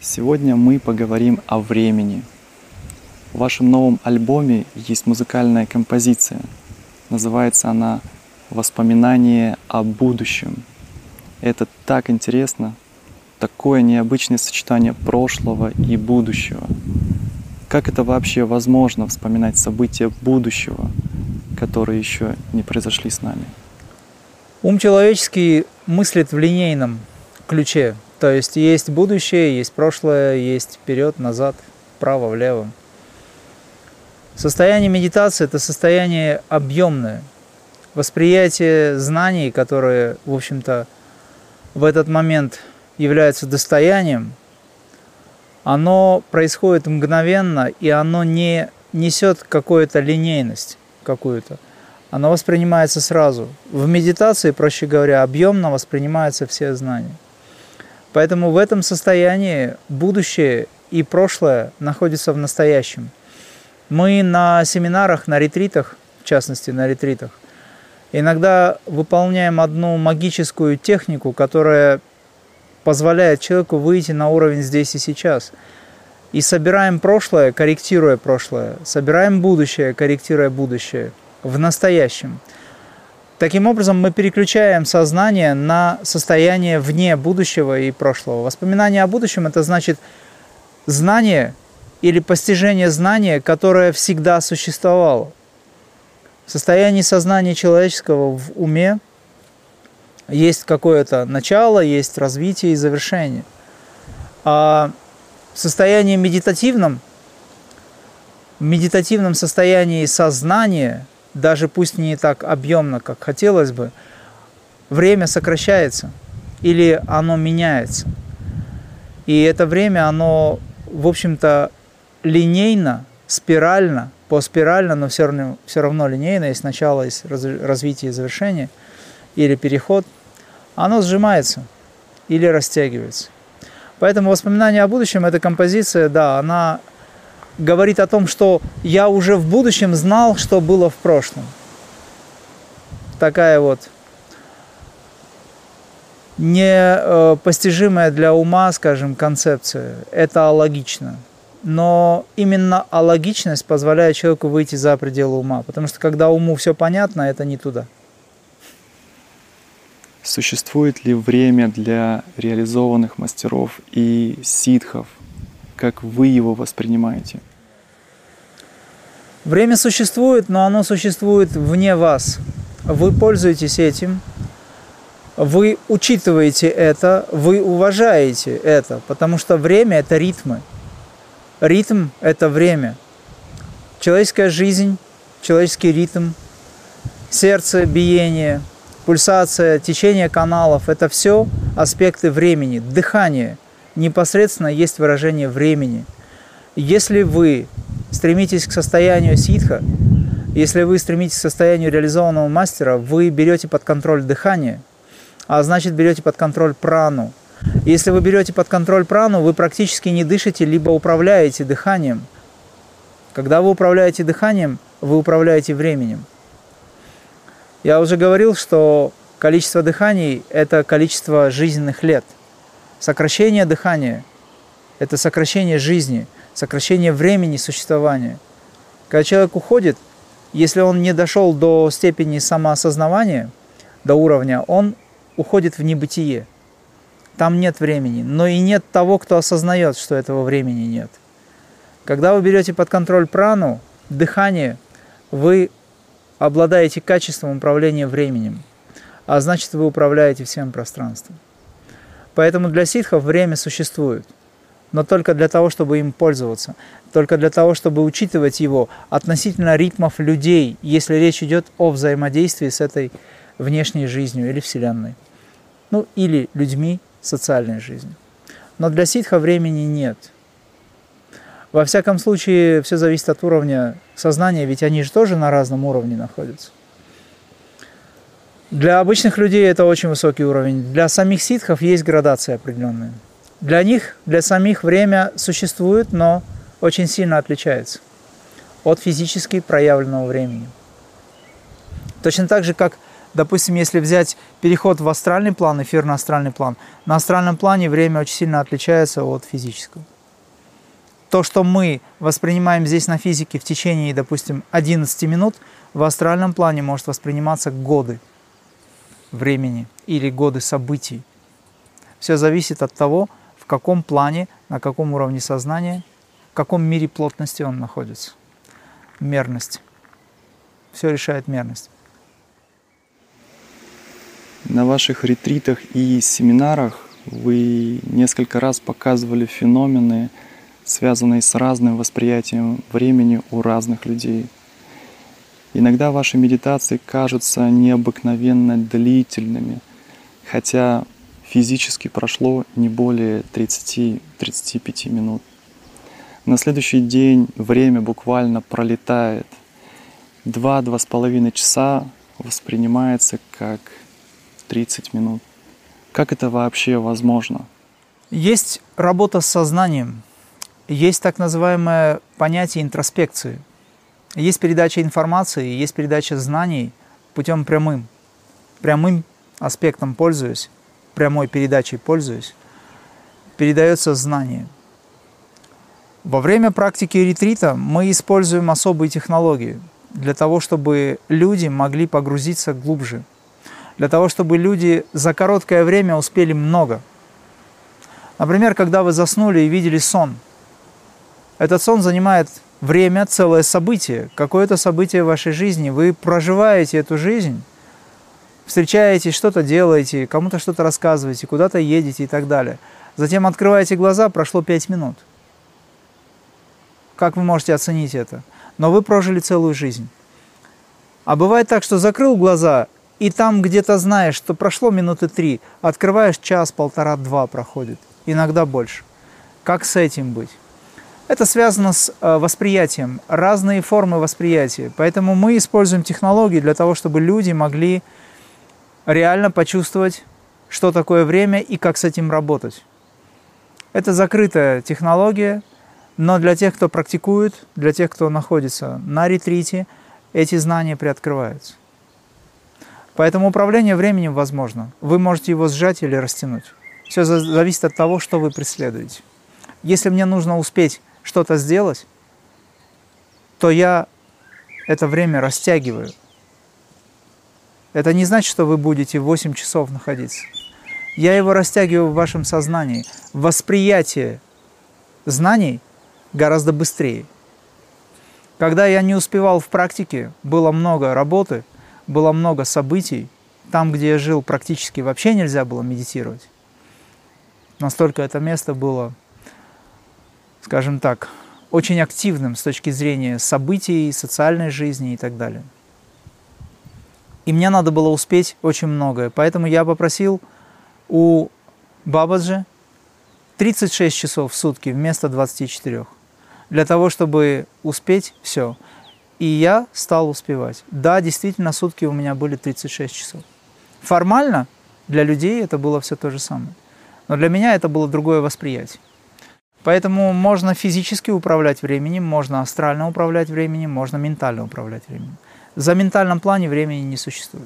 Сегодня мы поговорим о времени. В вашем новом альбоме есть музыкальная композиция. Называется она «Воспоминание о будущем». Это так интересно, такое необычное сочетание прошлого и будущего. Как это вообще возможно вспоминать события будущего, которые еще не произошли с нами? Ум человеческий мыслит в линейном ключе. То есть будущее, есть прошлое, есть вперед, назад, вправо, влево. Состояние медитации – это состояние объемное. Восприятие знаний, которые, в общем-то, в этот момент являются достоянием, оно происходит мгновенно, и оно не несет какую-то линейность какую-то. Оно воспринимается сразу. В медитации, проще говоря, объемно воспринимаются все знания. Поэтому в этом состоянии будущее и прошлое находятся в настоящем. Мы на семинарах, на ретритах, в частности на ретритах, иногда выполняем одну магическую технику, которая позволяет человеку выйти на уровень здесь и сейчас. И собираем прошлое, корректируя прошлое, собираем будущее, корректируя будущее в настоящем. Таким образом, мы переключаем сознание на состояние вне будущего и прошлого. Воспоминание о будущем – это значит знание или постижение знания, которое всегда существовало. В состоянии сознания человеческого в уме есть какое-то начало, есть развитие и завершение. А в состоянии медитативном состоянии сознания, даже пусть не так объемно, как хотелось бы, время сокращается или оно меняется. И это время, оно, в общем-то, линейно, спирально, поспирально, но все равно линейно, есть начало, есть развитие и завершение, или переход, оно сжимается или растягивается. Поэтому воспоминание о будущем, эта композиция, да, она говорит о том, что я уже в будущем знал, что было в прошлом. Такая вот непостижимая для ума, скажем, концепция. Это алогично. Но именно алогичность позволяет человеку выйти за пределы ума. Потому что когда уму все понятно, это не туда. Существует ли время для реализованных мастеров и ситхов? Как вы его воспринимаете? Время существует, но оно существует вне вас. Вы пользуетесь этим, вы учитываете это, вы уважаете это, потому что время – это ритмы. Ритм – это время. Человеческая жизнь, человеческий ритм, сердце, биение, пульсация, течение каналов – это все аспекты времени. Дыхание непосредственно есть выражение времени. Если вы стремитесь к состоянию ситха, если вы стремитесь к состоянию реализованного мастера, вы берете под контроль дыхание, а значит берете под контроль прану. Если вы берете под контроль прану, вы практически не дышите, либо управляете дыханием. Когда вы управляете дыханием, вы управляете временем. Я уже говорил, что количество дыханий – это количество жизненных лет. Сокращение дыхания – это сокращение жизни, сокращение времени существования. Когда человек уходит, если он не дошел до степени самоосознавания, до уровня, он уходит в небытие. Там нет времени, но и нет того, кто осознает, что этого времени нет. Когда вы берете под контроль прану, дыхание, вы обладаете качеством управления временем, а значит, вы управляете всем пространством. Поэтому для ситхов время существует, но только для того, чтобы им пользоваться, только для того, чтобы учитывать его относительно ритмов людей, если речь идет о взаимодействии с этой внешней жизнью или Вселенной, ну или людьми, социальной жизнью. Но для ситха времени нет. Во всяком случае, все зависит от уровня сознания, ведь они же тоже на разном уровне находятся. Для обычных людей это очень высокий уровень. Для самих ситхов есть градация определенная. Для них, для самих время существует, но очень сильно отличается от физически проявленного времени. Точно так же, как Допустим, если взять переход в астральный план, эфирно-астральный план, на астральном плане время очень сильно отличается от физического. То, что мы воспринимаем здесь на физике в течение, допустим, 11 минут, в астральном плане может восприниматься годы времени или годы событий. Все зависит от того, в каком плане, на каком уровне сознания, в каком мире плотности он находится. Мерность. Все решает мерность. На ваших ретритах и семинарах вы несколько раз показывали феномены, связанные с разным восприятием времени у разных людей. Иногда ваши медитации кажутся необыкновенно длительными, хотя физически прошло не более 30-35 минут. На следующий день время буквально пролетает. 2-2,5 часа воспринимается как 30 минут. Как это вообще возможно? Есть работа с сознанием, есть так называемое понятие интроспекции, есть передача информации, есть передача знаний путем прямым аспектом пользуюсь, прямой передачей пользуюсь, передается знание. Во время практики ретрита мы используем особые технологии для того, чтобы люди могли погрузиться глубже, для того, чтобы люди за короткое время успели много. Например, когда вы заснули и видели сон, этот сон занимает время, целое событие, какое-то событие в вашей жизни. Вы проживаете эту жизнь, встречаетесь, что-то делаете, кому-то что-то рассказываете, куда-то едете и так далее. Затем открываете глаза, прошло 5 минут. Как вы можете оценить это? Но вы прожили целую жизнь. А бывает так, что закрыл глаза, и там где-то знаешь, что прошло минуты 3, открываешь час, полтора, 2 проходит, иногда больше. Как с этим быть? Это связано с восприятием, разные формы восприятия. Поэтому мы используем технологии для того, чтобы люди могли реально почувствовать, что такое время и как с этим работать. Это закрытая технология, но для тех, кто практикует, для тех, кто находится на ретрите, эти знания приоткрываются. Поэтому управление временем возможно. Вы можете его сжать или растянуть. Все зависит от того, что вы преследуете. Если мне нужно успеть что-то сделать, то я это время растягиваю. Это не значит, что вы будете 8 часов находиться. Я его растягиваю в вашем сознании. Восприятие знаний гораздо быстрее. Когда я не успевал в практике, было много работы, было много событий. Там, где я жил, практически вообще нельзя было медитировать. Настолько это место было, скажем так, очень активным с точки зрения событий, социальной жизни и так далее. И мне надо было успеть очень многое. Поэтому я попросил у Бабаджи 36 часов в сутки вместо 24. Для того, чтобы успеть все. И я стал успевать. Да, действительно, сутки у меня были 36 часов. Формально для людей это было все то же самое. Но для меня это было другое восприятие. Поэтому можно физически управлять временем, можно астрально управлять временем, можно ментально управлять временем. За ментальном плане времени не существует.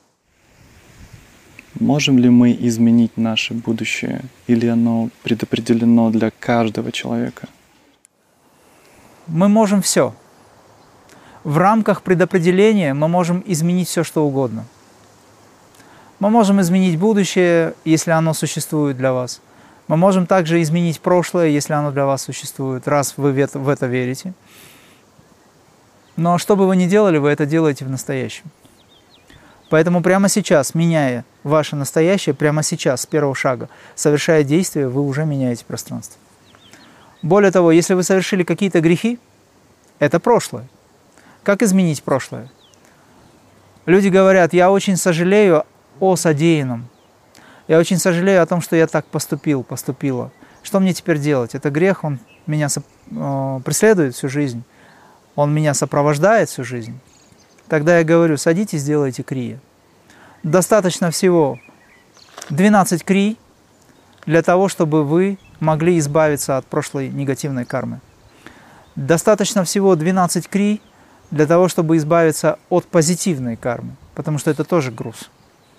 Можем ли мы изменить наше будущее, или оно предопределено для каждого человека? Мы можем все. В рамках предопределения мы можем изменить все, что угодно. Мы можем изменить будущее, если оно существует для вас. Мы можем также изменить прошлое, если оно для вас существует, раз вы в это верите. Но что бы вы ни делали, вы это делаете в настоящем. Поэтому прямо сейчас, меняя ваше настоящее, прямо сейчас, с первого шага, совершая действие, вы уже меняете пространство. Более того, если вы совершили какие-то грехи, это прошлое. Как изменить прошлое? Люди говорят: я очень сожалею о содеянном. Я очень сожалею о том, что я так поступила. Что мне теперь делать? Это грех, он меня преследует всю жизнь. Он меня сопровождает всю жизнь. Тогда я говорю: садитесь, сделайте крия. Достаточно всего 12 крий для того, чтобы вы могли избавиться от прошлой негативной кармы. Достаточно всего 12 крий для того, чтобы избавиться от позитивной кармы. потому что это тоже груз.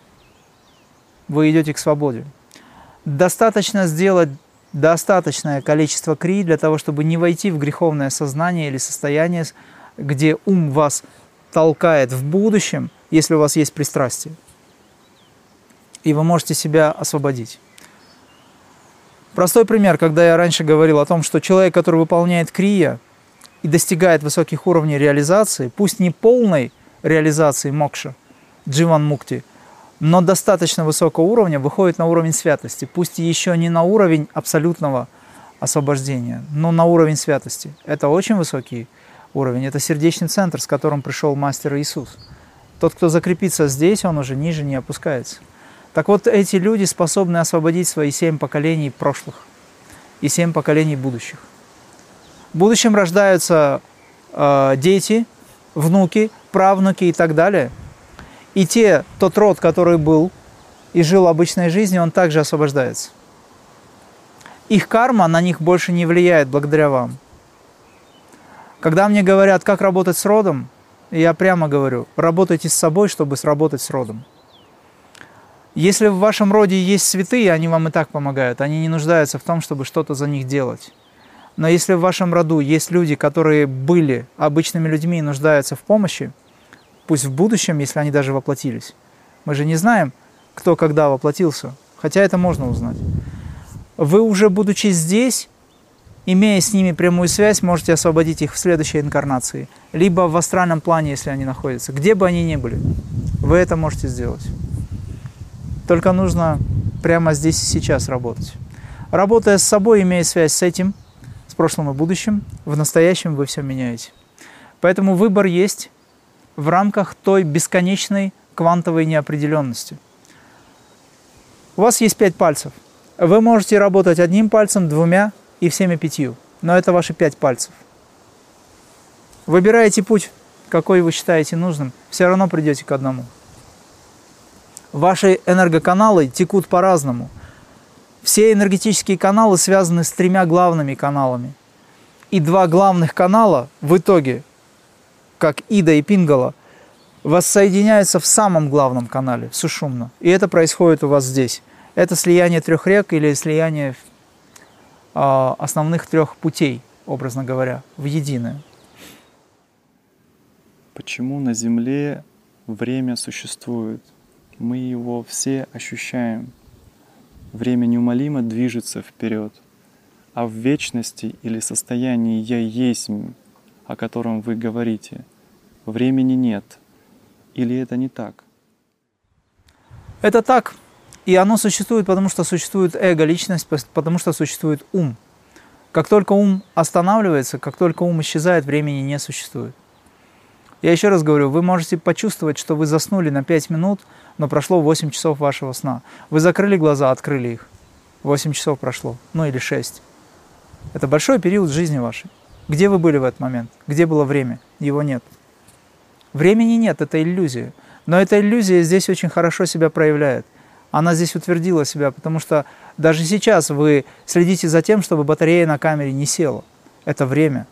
Вы идете к свободе. Достаточно сделать достаточное количество крии для того, чтобы не войти в греховное сознание или состояние, где ум вас толкает в будущем, если у вас есть пристрастие. И вы можете себя освободить. Простой пример, когда я раньше говорил о том, что человек, который выполняет крия и достигает высоких уровней реализации, пусть не полной реализации мокша, дживан мукти, но достаточно высокого уровня, выходит на уровень святости, пусть еще не на уровень абсолютного освобождения, но на уровень святости. Это очень высокий уровень, это сердечный центр, с которым пришел Мастер Иисус. Тот, кто закрепится здесь, он уже ниже не опускается. Так вот, эти люди способны освободить свои 7 поколений прошлых и 7 поколений будущих. В будущем рождаются дети, внуки, правнуки и так далее. И тот род, который был и жил обычной жизнью, он также освобождается. Их карма на них больше не влияет благодаря вам. Когда мне говорят, как работать с родом, я прямо говорю, работайте с собой, чтобы сработать с родом. Если в вашем роде есть святые, они вам и так помогают, они не нуждаются в том, чтобы что-то за них делать. Но если в вашем роду есть люди, которые были обычными людьми и нуждаются в помощи, пусть в будущем, если они даже воплотились. Мы же не знаем, кто когда воплотился, хотя это можно узнать. Вы уже, будучи здесь, имея с ними прямую связь, можете освободить их в следующей инкарнации, либо в астральном плане, если они находятся, где бы они ни были. Вы это можете сделать. Только нужно прямо здесь и сейчас работать. Работая с собой, имея связь с этим, с прошлым и будущим, в настоящем вы все меняете. Поэтому выбор есть в рамках той бесконечной квантовой неопределенности. У вас есть 5 пальцев. Вы можете работать одним пальцем, 2 и всеми 5. Но это ваши 5 пальцев. Выбираете путь, какой вы считаете нужным, все равно придете к одному. Ваши энергоканалы текут по-разному. Все энергетические каналы связаны с 3 главными каналами. И 2 главных канала в итоге, как Ида и Пингала, воссоединяются в самом главном канале, в Сушумна. И это происходит у вас здесь. Это слияние 3 рек или слияние основных 3 путей, образно говоря, в единое. Почему на Земле время существует? Мы его все ощущаем. Время неумолимо движется вперед. А в вечности или состоянии «Я есмь», о котором вы говорите, времени нет. Или это не так? Это так. И оно существует, потому что существует эго-личность, потому что существует ум. Как только ум останавливается, как только ум исчезает, времени не существует. Я еще раз говорю, вы можете почувствовать, что вы заснули на 5 минут, но прошло 8 часов вашего сна. Вы закрыли глаза, открыли их. 8 часов прошло, ну или 6. Это большой период жизни вашей. Где вы были в этот момент? Где было время? Его нет. Времени нет, это иллюзия. Но эта иллюзия здесь очень хорошо себя проявляет. Она здесь утвердила себя, потому что даже сейчас вы следите за тем, чтобы батарея на камере не села. Это время.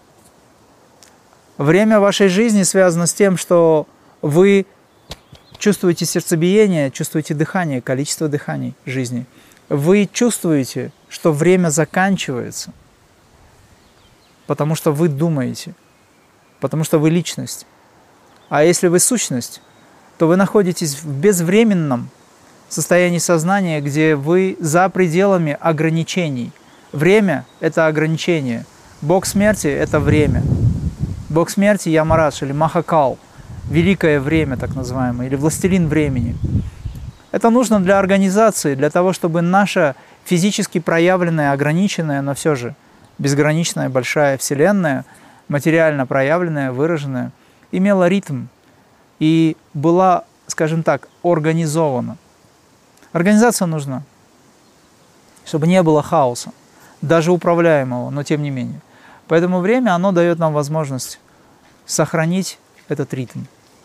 Время вашей жизни связано с тем, что вы чувствуете сердцебиение, чувствуете дыхание, количество дыханий жизни. Вы чувствуете, что время заканчивается, потому что вы думаете, потому что вы личность. А если вы сущность, то вы находитесь в безвременном состоянии сознания, где вы за пределами ограничений. Время – это ограничение. Бог смерти – это время. Бог смерти Ямарадж или Махакал, великое время так называемое, или властелин времени. Это нужно для организации, для того, чтобы наша физически проявленная, ограниченная, но все же безграничная большая Вселенная, материально проявленная, выраженная, имела ритм и была, скажем так, организована. Организация нужна, чтобы не было хаоса, даже управляемого, но тем не менее. Поэтому время, оно дает нам возможность сохранить этот ритм.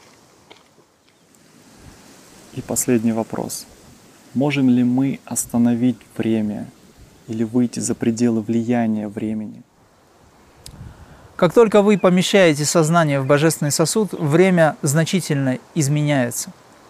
И последний вопрос. Можем ли мы остановить время или выйти за пределы влияния времени? Как только вы помещаете сознание в божественный сосуд, время значительно изменяется.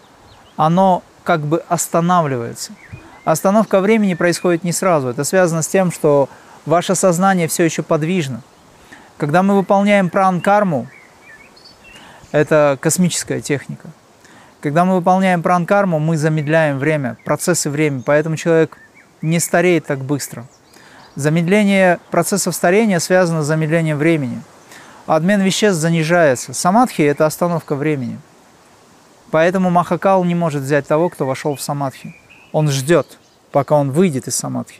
оно как бы останавливается. Остановка времени происходит не сразу. Это связано с тем, что ваше сознание все еще подвижно. Когда мы выполняем пран-карму, это космическая техника. Когда мы выполняем пран-карму, мы замедляем время, процессы времени, поэтому человек не стареет так быстро. Замедление процессов старения связано с замедлением времени. Обмен веществ занижается. Самадхи – это остановка времени. Поэтому Махакал не может взять того, кто вошел в самадхи. Он ждет, пока он выйдет из самадхи.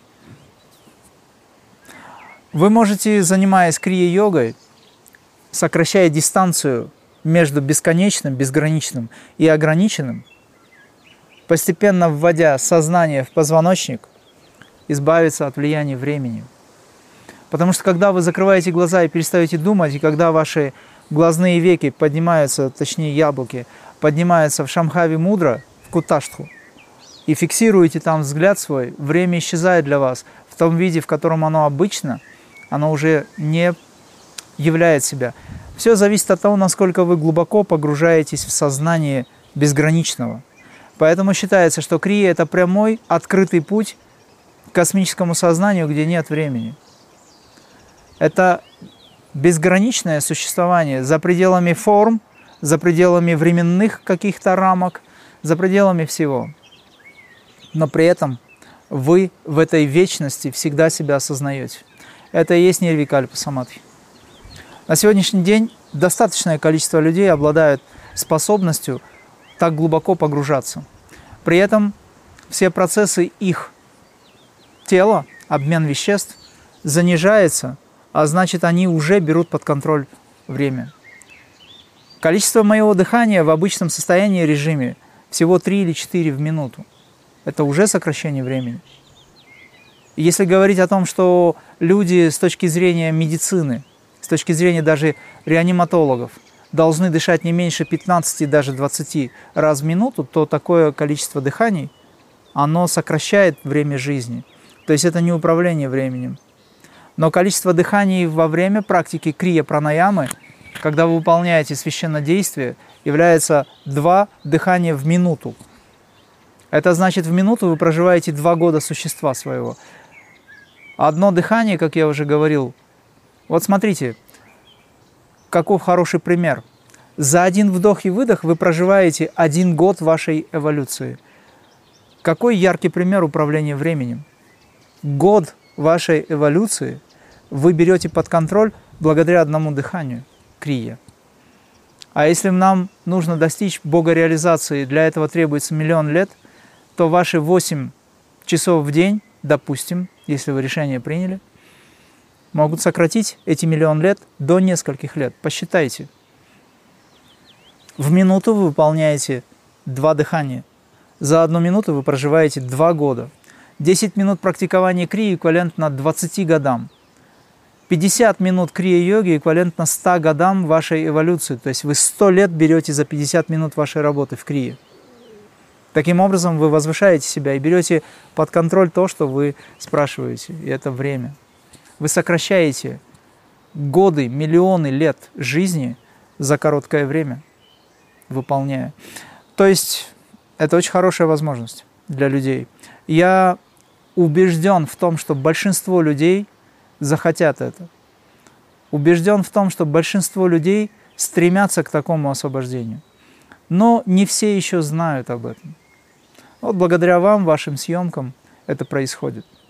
Вы можете, занимаясь крия-йогой, сокращая дистанцию между бесконечным, безграничным и ограниченным, постепенно вводя сознание в позвоночник, избавиться от влияния времени. Потому что когда вы закрываете глаза и перестаете думать, и когда ваши глазные веки поднимаются, точнее яблоки, поднимаются в Шамхави Мудра, в Куташтху, и фиксируете там взгляд свой, время исчезает для вас в том виде, в котором оно обычно, оно уже не являет себя. Все зависит от того, насколько вы глубоко погружаетесь в сознание безграничного. Поэтому считается, что крия – это прямой, открытый путь к космическому сознанию, где нет времени. Это безграничное существование за пределами форм, за пределами временных каких-то рамок, за пределами всего. Но при этом вы в этой вечности всегда себя осознаете. Это и есть нирвикальпа самадхи. На сегодняшний день достаточное количество людей обладают способностью так глубоко погружаться. При этом все процессы их тела, обмен веществ, занижается, а значит, они уже берут под контроль время. Количество моего дыхания в обычном состоянии режиме всего 3 или 4 в минуту. Это уже сокращение времени. Если говорить о том, что люди с точки зрения медицины, с точки зрения даже реаниматологов, должны дышать не меньше 15, даже 20 раз в минуту, то такое количество дыханий, оно сокращает время жизни. То есть это не управление временем. Но количество дыханий во время практики крия-пранаямы, когда вы выполняете священнодействие, является 2 дыхания в минуту. Это значит, в минуту вы проживаете 2 года существа своего. Одно дыхание, как я уже говорил, вот смотрите, каков хороший пример. За один вдох и выдох вы проживаете 1 год вашей эволюции. Какой яркий пример управления временем? Год вашей эволюции вы берете под контроль благодаря одному дыханию, крия. А если нам нужно достичь богореализации, для этого требуется 1 000 000 лет, то ваши 8 часов в день, допустим, если вы решение приняли, могут сократить эти 1 000 000 лет до нескольких лет. Посчитайте. В минуту вы выполняете 2 дыхания. За 1 минуту вы проживаете 2 года. 10 минут практикования крии эквивалентно 20 годам. 50 минут крия-йоги эквивалентно 100 годам вашей эволюции. То есть вы 100 лет берете за 50 минут вашей работы в крии. Таким образом, вы возвышаете себя и берете под контроль то, что вы спрашиваете, и это время. Вы сокращаете годы, миллионы лет жизни за короткое время, выполняя. То есть это очень хорошая возможность для людей. Я убежден в том, что большинство людей захотят это. Убежден в том, что большинство людей стремятся к такому освобождению. Но не все еще знают об этом. Вот благодаря вам, вашим съемкам это происходит.